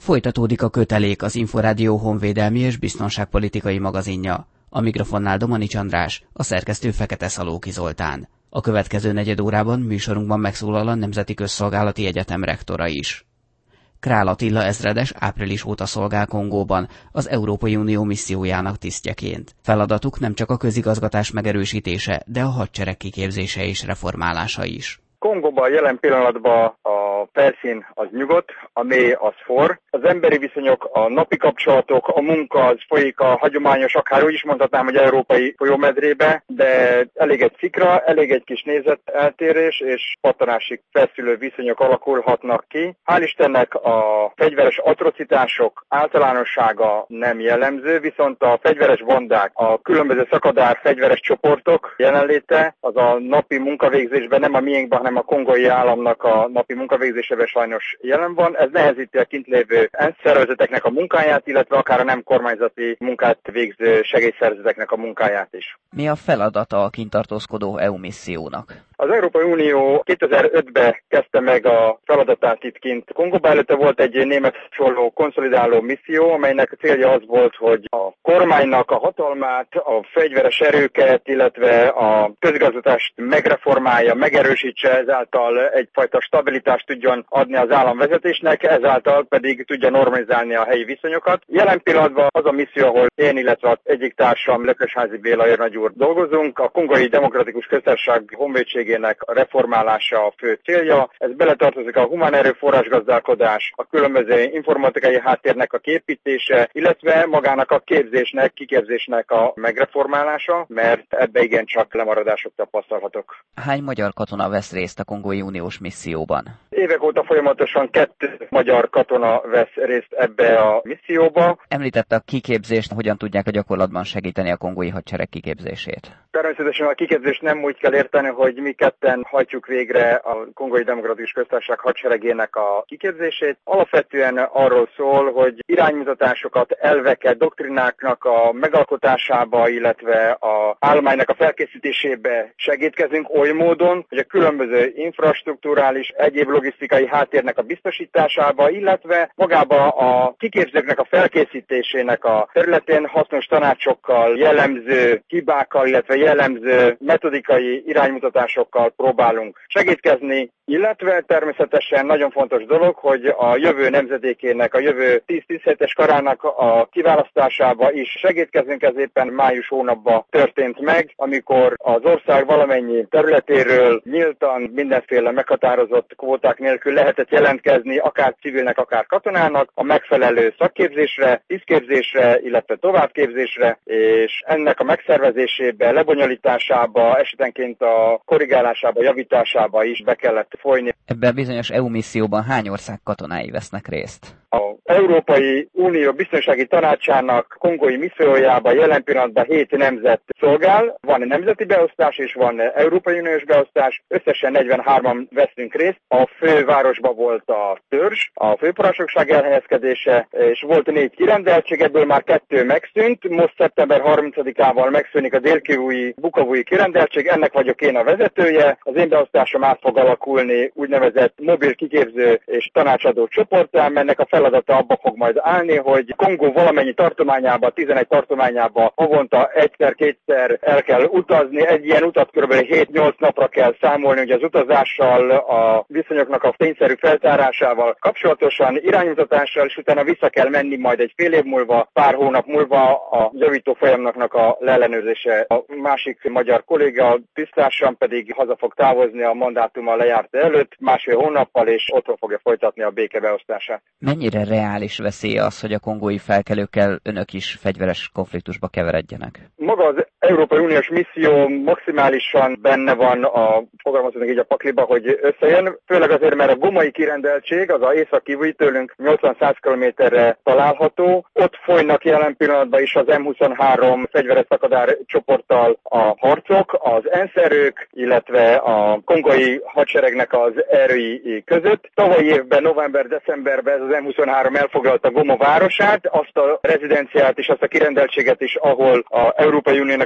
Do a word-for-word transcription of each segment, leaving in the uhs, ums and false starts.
Folytatódik a Kötelék, az Inforádió honvédelmi és biztonságpolitikai magazinja. A mikrofonnál Domanics András, a szerkesztő Fekete Szalóki Zoltán. A következő negyed órában műsorunkban megszólal a Nemzeti Közszolgálati Egyetem rektora is. Král Attila ezredes április óta szolgál Kongóban, az Európai Unió missziójának tisztjeként. Feladatuk nem csak a közigazgatás megerősítése, de a hadsereg kiképzése és reformálása is. Kongóban jelen pillanatban a felszín az nyugodt, a mély az forr. Az emberi viszonyok, a napi kapcsolatok, a munka az folyik a hagyományos, akár úgy is mondhatnám, hogy európai folyómedrébe, de elég egy szikra, elég egy kis nézeteltérés, és pattanásig feszülő viszonyok alakulhatnak ki. Hál' Istennek a fegyveres atrocitások általánossága nem jellemző, viszont a fegyveres bandák, a különböző szakadár fegyveres csoportok jelenléte az a napi munkavégzésben nem a miénkben, hanem a kongói államnak a napi munkavégzésében sajnos jelen van. Ez nehezíti a kint lévő ENSZ szervezeteknek a munkáját, illetve akár a nem kormányzati munkát végző segélyszervezeteknek a munkáját is. Mi a feladata a kint tartózkodó é u missziónak? Az Európai Unió kétezer-ötben kezdte meg a feladatát itt kint Kongóban. Előtte volt egy német hasonló konszolidáló misszió, amelynek a célja az volt, hogy a kormánynak a hatalmát, a fegyveres erőket, illetve a közigazgatást megreformálja, megerősítse, ezáltal egyfajta stabilitást tudjon adni az államvezetésnek, ezáltal pedig tudja normalizálni a helyi viszonyokat. Jelen pillanatban az a misszió, ahol én, illetve az egyik társam, Lökösházi Béla őrnagy úr dolgozunk, a Kongói Demokratikus Köztársaság honvédségének a reformálása a fő célja. Ez beletartozik a humán erőforrás gazdálkodás, a különböző informatikai háttérnek a képítése, illetve magának a képzésnek, kiképzésnek a megreformálása, mert ebbe igencsak lemaradások tapasztalhatók. Hány magyar katona vesz részt a Kongói Uniós misszióban? Évek óta folyamatosan kettő magyar katona vesz részt ebbe a misszióba. Említette a kiképzést, hogyan tudják a gyakorlatban segíteni a kongói hadsereg kiképzését? Természetesen a kiképzést nem úgy kell érteni, hogy mi ketten hajtjuk végre a Kongói Demokratikus Köztársaság hadseregének a kiképzését. Alapvetően arról szól, hogy iránymutatásokat, elveket, doktrináknak a megalkotásába, illetve a állománynak a felkészítésébe segítkezünk oly módon, hogy a különböző infrastrukturális, egyéb logisztikai háttérnek a biztosításába, illetve magába a kiképzőknek a felkészítésének a területén hasznos tanácsokkal, jellemző hibákkal, illetve jellemző metodikai iránymutatásokkal próbálunk segítkezni, illetve természetesen nagyon fontos dolog, hogy a jövő nemzedékének, a jövő tíz-tizenhetes karának a kiválasztásába is segítkezünk. Ez éppen május hónapban történt meg, amikor az ország valamennyi területéről nyíltan mindenféle meghatározott kvóták nélkül lehetett jelentkezni, akár civilnek, akár katonának, a megfelelő szakképzésre, tisztképzésre, illetve továbbképzésre, és ennek a megszervezésébe, lebonyolításába, esetenként a korrigálásába, javításába is be kellett folyni. Ebben bizonyos é u misszióban hány ország katonái vesznek részt? Az Európai Unió Biztonsági Tanácsának kongói missziójában jelen pillanatban hét nemzet szolgál. Van nemzeti beosztás és van Európai Uniós beosztás. Összesen negyvenhárman veszünk részt. A fővárosban volt a törzs, a főparancsnokság elhelyezkedése, és volt négy kirendeltség, ebből már kettő megszűnt. Most szeptember harmincadikával megszűnik a délkivui bukavui kirendeltség, ennek vagyok én a vezetője. Az én beosztásom át fog alakulni úgynevezett mobil kiképző és tanácsadó csoporttá, ennek a feladata abba fog majd állni, hogy Kongó valamennyi tartományába, tizenegy tartományába havonta egyszer-kétszer el kell utazni. Egy ilyen utat kb. hét-nyolc napra kell számolni, hogy az utazással, a viszonyoknak a tényszerű feltárásával kapcsolatosan iránymutatással, és utána vissza kell menni majd egy fél év múlva, pár hónap múlva a javító folyamnak a leellenőrzése. A másik magyar kolléga, tisztársam pedig haza fog távozni a mandátuma lejárta előtt másfél hónappal, és otthon fogja folytatni a békebeosztását. Mennyire reális veszély az, hogy a kongói felkelőkkel önök is fegyveres konfliktusba keveredjenek? Maga az Európai Uniós misszió maximálisan benne van a, fogalmazunk így a pakliba, hogy összejön, főleg azért, mert a gomai kirendeltség, az a észak-kivui tőlünk nyolcvan-száz kilométerre található. Ott folynak jelen pillanatban is az em huszonhárom fegyveres szakadár csoporttal a harcok, az ENSZ erők, illetve a kongói hadseregnek az erői között. Tavalyi évben, november-decemberben ez az em huszonhárom elfoglalta Goma városát, azt a rezidenciát és azt a kirendeltséget is, ahol az Európai Uniónak a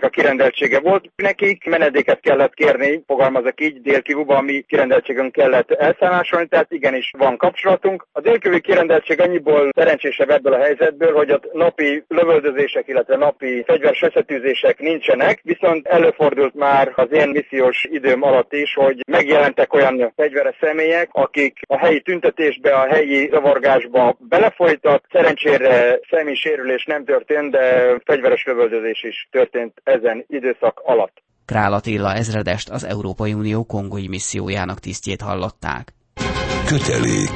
a kirendeltsége volt. Nekik menedéket kellett kérni, fogalmazok így, Dél-Kivuba, ami kirendeltségünk kellett elszállásolni, tehát igenis van kapcsolatunk. A délkivubi kirendeltség annyiból szerencsésebb ebből a helyzetből, hogy ott napi lövöldözések, illetve napi fegyveres összetűzések nincsenek, viszont előfordult már az én missziós időm alatt is, hogy megjelentek olyan fegyveres személyek, akik a helyi tüntetésbe, a helyi zavargásba belefolytak. Szerencsére személyi sérülés nem történt, de fegyveres lövöldözés is történt ezen időszak alatt. Král Attila ezredest, az Európai Unió kongói missziójának tisztjét hallották. Kötelék.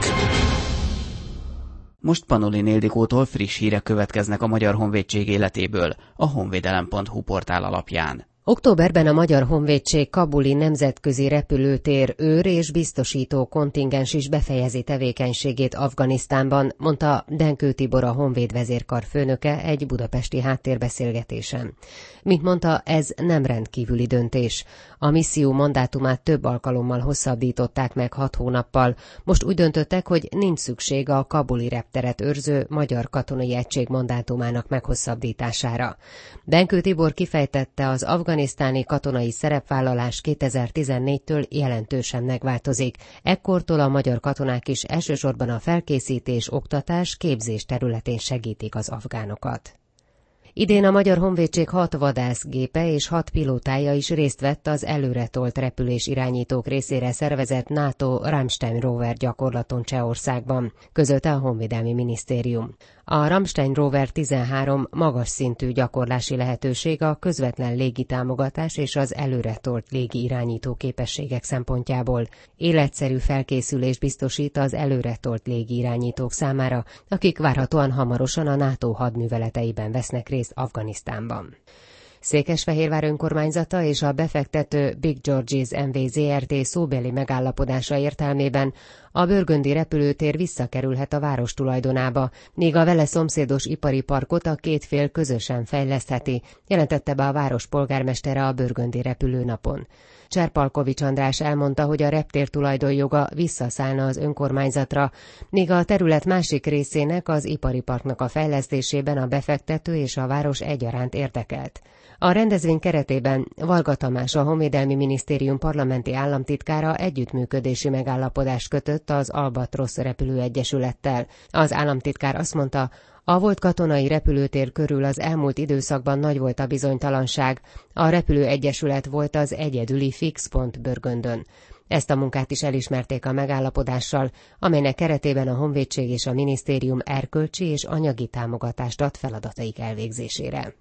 Most Panolin Ildikótól friss hírek következnek a Magyar Honvédség életéből, a honvédelem pont hu portál alapján. Októberben a Magyar Honvédség kabuli nemzetközi repülőtér őr és biztosító kontingens is befejezi tevékenységét Afganisztánban, mondta Denkő Tibor, a Honvéd vezérkar főnöke egy budapesti háttérbeszélgetésen. Mint mondta, ez nem rendkívüli döntés. A misszió mandátumát több alkalommal hosszabbították meg hat hónappal. Most úgy döntöttek, hogy nincs szükség a kabuli repteret őrző magyar katonai egység mandátumának meghosszabbítására. Denkő Tibor kifejtette, az afganisztáni katonai szerepvállalás kétezer-tizennégytől jelentősen megváltozik. Ekkortól a magyar katonák is elsősorban a felkészítés, oktatás, képzés területén segítik az afgánokat. Idén a Magyar Honvédség hat vadászgépe és hat pilótája is részt vett az előretolt repülés irányítók részére szervezett NATO Ramstein Rover gyakorlaton Csehországban, közölte a Honvédelmi Minisztérium. A Ramstein Rover tizenhárom magas szintű gyakorlási lehetőség a közvetlen légitámogatás és az előretolt légi irányító képességek szempontjából. Életszerű felkészülés biztosít az előretolt légi irányítók számára, akik várhatóan hamarosan a NATO hadműveleteiben vesznek részt Afganisztánban. Székesfehérvár önkormányzata és a befektető Big George's em vé zé er té szóbeli megállapodása értelmében a Bőrgöndi repülőtér visszakerülhet a város tulajdonába, míg a vele szomszédos ipari parkot a két fél közösen fejlesztheti, jelentette be a város polgármestere a Bőrgöndi repülőnapon. Cserpalkovics András elmondta, hogy a reptér tulajdonjoga visszaszállna az önkormányzatra, míg a terület másik részének, az ipari parknak a fejlesztésében a befektető és a város egyaránt érdekelt. A rendezvény keretében Varga Tamás, a Honvédelmi Minisztérium parlamenti államtitkára együttműködési megállapodást kötött az Albatrosz repülőegyesülettel. Az államtitkár azt mondta, a volt katonai repülőtér körül az elmúlt időszakban nagy volt a bizonytalanság. A repülőegyesület volt az egyedüli fix pont Bőrgöndön. Ezt a munkát is elismerték a megállapodással, amelynek keretében a Honvédség és a minisztérium erkölcsi és anyagi támogatást ad feladataik elvégzésére.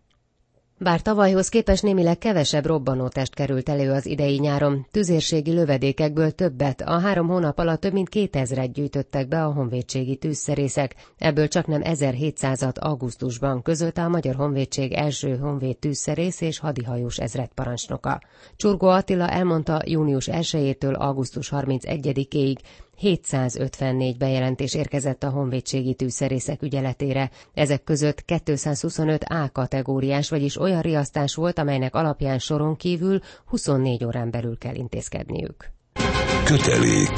Bár tavalyhoz képest némileg kevesebb robbanótest került elő az idei nyáron, tüzérségi lövedékekből többet, a három hónap alatt több mint kétezret gyűjtöttek be a honvédségi tűzszerészek, ebből csaknem ezerhétszázat augusztusban, közölte a Magyar Honvédség első honvéd tűzszerész és hadihajós ezredparancsnoka. Csurgó Attila elmondta, június elsejétől augusztus harmincegyedikéig hétszázötvennégy bejelentés érkezett a honvédségi tűzszerészek ügyeletére. Ezek között kétszázhuszonöt á kategóriás, vagyis olyan riasztás volt, amelynek alapján soron kívül huszonnégy órán belül kell intézkedniük. Kötelék.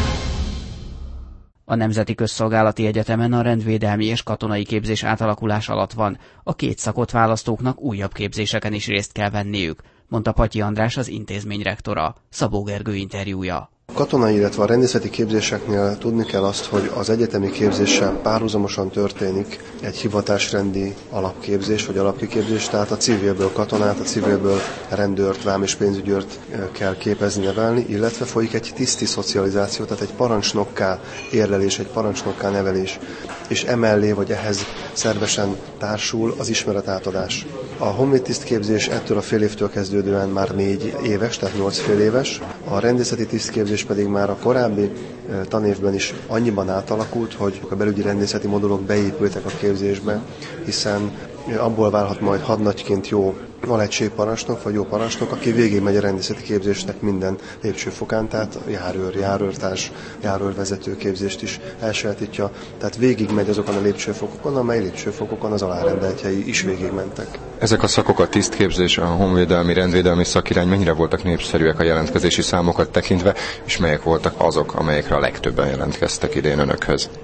A Nemzeti Közszolgálati Egyetemen a rendvédelmi és katonai képzés átalakulás alatt van. A két szakot választóknak újabb képzéseken is részt kell venniük, mondta Patyi András, az intézmény rektora. Szabó Gergő interjúja. A katonai, illetve a rendészeti képzéseknél tudni kell azt, hogy az egyetemi képzéssel párhuzamosan történik egy hivatásrendi alapképzés, vagy alapkiképzés, tehát a civilből katonát, a civilből rendőrt, vám és pénzügyőrt kell képezni, nevelni, illetve folyik egy tiszti szocializáció, tehát egy parancsnokká érlelés, egy parancsnokká nevelés, és emellé, vagy ehhez szervesen társul az ismeretátadás. A honvédtiszt képzés ettől a fél évtől kezdődően már négy éves, tehát nyolc fél éves, a rendészeti tisztképzés pedig már a korábbi tanévben is annyiban átalakult, hogy a belügyi rendészeti modulok beépültek a képzésbe, hiszen abból válhat majd hadnagyként jó alegységparancsnok vagy jó parancsnok, aki végigmegy a rendészeti képzésnek minden lépcsőfokán, tehát járőr, járőrtárs, járőrvezető képzést is elsajátítja, tehát végigmegy azokon a lépcsőfokokon, amely lépcsőfokokon az alárendeltjei is végigmentek. Ezek a szakok, a tisztképzés, a honvédelmi, rendvédelmi szakirány mennyire voltak népszerűek a jelentkezési számokat tekintve, és melyek voltak azok, amelyekre a legtöbben jelentkeztek idén önökhöz?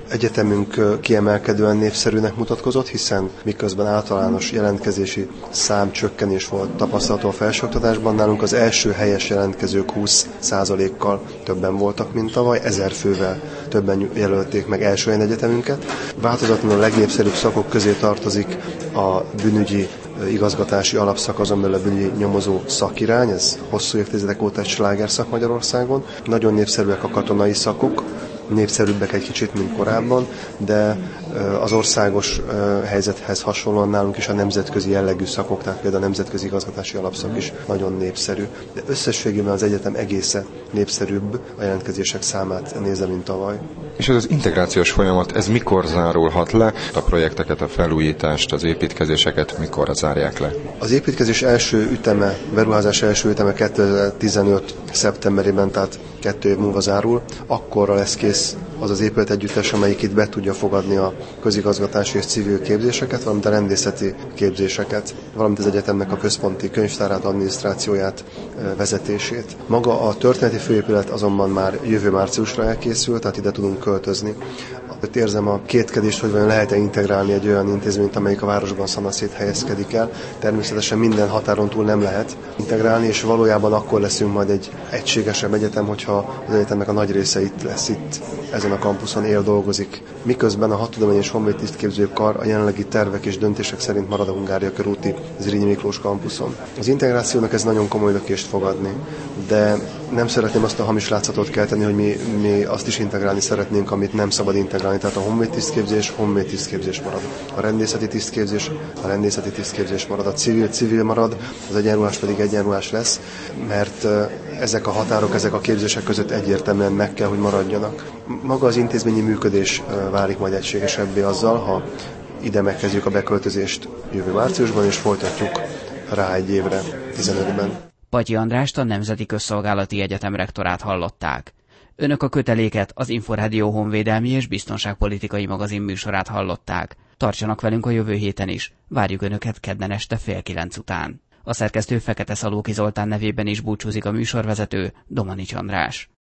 Egyetemünk kiemelkedően népszerűnek mutatkozott, hiszen miközben általános jelentkezési szám csökkenés volt tapasztalható a felsőoktatásban, nálunk az első helyes jelentkezők húsz százalékkal többen voltak, mint tavaly, ezer fővel többen jelölték meg első helyen egyetemünket. Változatlanul a legnépszerűbb szakok közé tartozik a bűnügyi igazgatási alapszak, azon belül a bűnügyi nyomozó szakirány, ez hosszú évtizedek óta egy slágerszak Magyarországon. Nagyon népszerűek a katonai szakok, népszerűbbek egy kicsit, mint korábban, de az országos helyzethez hasonlóan nálunk is a nemzetközi jellegű szakok, tehát például a nemzetközi igazgatási alapszak is nagyon népszerű. De összességében az egyetem egészen népszerűbb a jelentkezések számát nézve, mint tavaly. És ez az integrációs folyamat, ez mikor zárulhat le? A projekteket, a felújítást, az építkezéseket mikor zárják le? Az építkezés első üteme, beruházás első üteme kétezer-tizenöt szeptemberében, tehát kettő év múlva zárul. Akkorra lesz kész az az épület együttes, amelyik itt be tudja fogadni a közigazgatási és civil képzéseket, valamint a rendészeti képzéseket, valamint az egyetemnek a központi könyvtárát, adminisztrációját, vezetését. Maga a történeti főépület azonban már jövő márciusra elkészült, tehát ide tudunk költözni. Ott érzem a kétkedést, hogy vajon lehet-e integrálni egy olyan intézményt, amelyik a városban szanaszét helyezkedik el. Természetesen minden határon túl nem lehet integrálni, és valójában akkor leszünk majd egy egységesebb egyetem, hogyha az egyetemnek a nagy része itt lesz, itt ezen a kampuszon él, dolgozik. Miközben a hat tudományos honvéd tisztképző kar a jelenlegi tervek és döntések szerint marad a Hungária körúti Zrínyi Miklós kampuszon. Az integrációnak ez nagyon komoly lökést fog adni, de nem szeretném azt a hamis látszatot kelteni, hogy mi, mi azt is integrálni szeretnénk, amit nem szabad integrálni. Tehát a honvéd tisztképzés, honvéd tisztképzés marad. A rendészeti tisztképzés, a rendészeti tisztképzés marad. A civil, civil marad, az egyenruhás pedig egyenruhás lesz, mert ezek a határok, ezek a képzések között egyértelműen meg kell, hogy maradjanak. Maga az intézményi működés válik majd egységesebbé azzal, ha ide megkezdjük a beköltözést jövő márciusban, és folytatjuk rá egy évre, tizenötben. Patyi Andrást, a Nemzeti Közszolgálati Egyetem rektorát hallották. Önök a Köteléket, az Inforádió honvédelmi és biztonságpolitikai magazin műsorát hallották. Tartsanak velünk a jövő héten is. Várjuk Önöket kedden este fél kilenc után. A szerkesztő Fekete Szalóki Zoltán nevében is búcsúzik a műsorvezető, Domanics András.